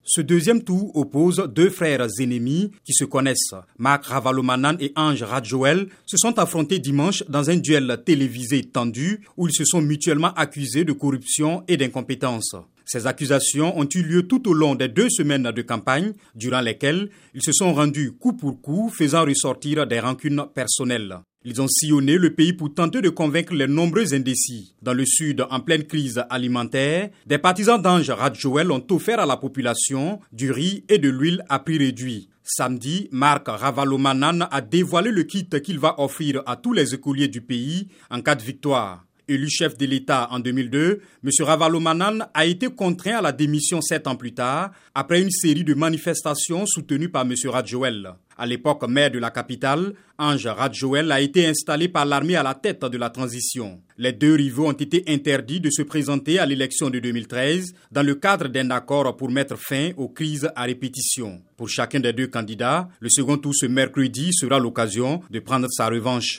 Ce deuxième tour oppose deux frères ennemis qui se connaissent. Marc Ravalomanane et Ange Radjoel se sont affrontés dimanche dans un duel télévisé tendu où ils se sont mutuellement accusés de corruption et d'incompétence. Ces accusations ont eu lieu tout au long des 2 semaines de campagne, durant lesquelles ils se sont rendus coup pour coup, faisant ressortir des rancunes personnelles. Ils ont sillonné le pays pour tenter de convaincre les nombreux indécis. Dans le sud, en pleine crise alimentaire, des partisans d'Ange Radjoel ont offert à la population du riz et de l'huile à prix réduit. Samedi, Marc Ravalomanane a dévoilé le kit qu'il va offrir à tous les écoliers du pays en cas de victoire. Élu chef de l'État en 2002, M. Ravalomanane a été contraint à la démission 7 ans plus tard, après une série de manifestations soutenues par M. Radjoel. À l'époque maire de la capitale, Ange Radjoel a été installé par l'armée à la tête de la transition. Les deux rivaux ont été interdits de se présenter à l'élection de 2013 dans le cadre d'un accord pour mettre fin aux crises à répétition. Pour chacun des deux candidats, le second tour ce mercredi sera l'occasion de prendre sa revanche.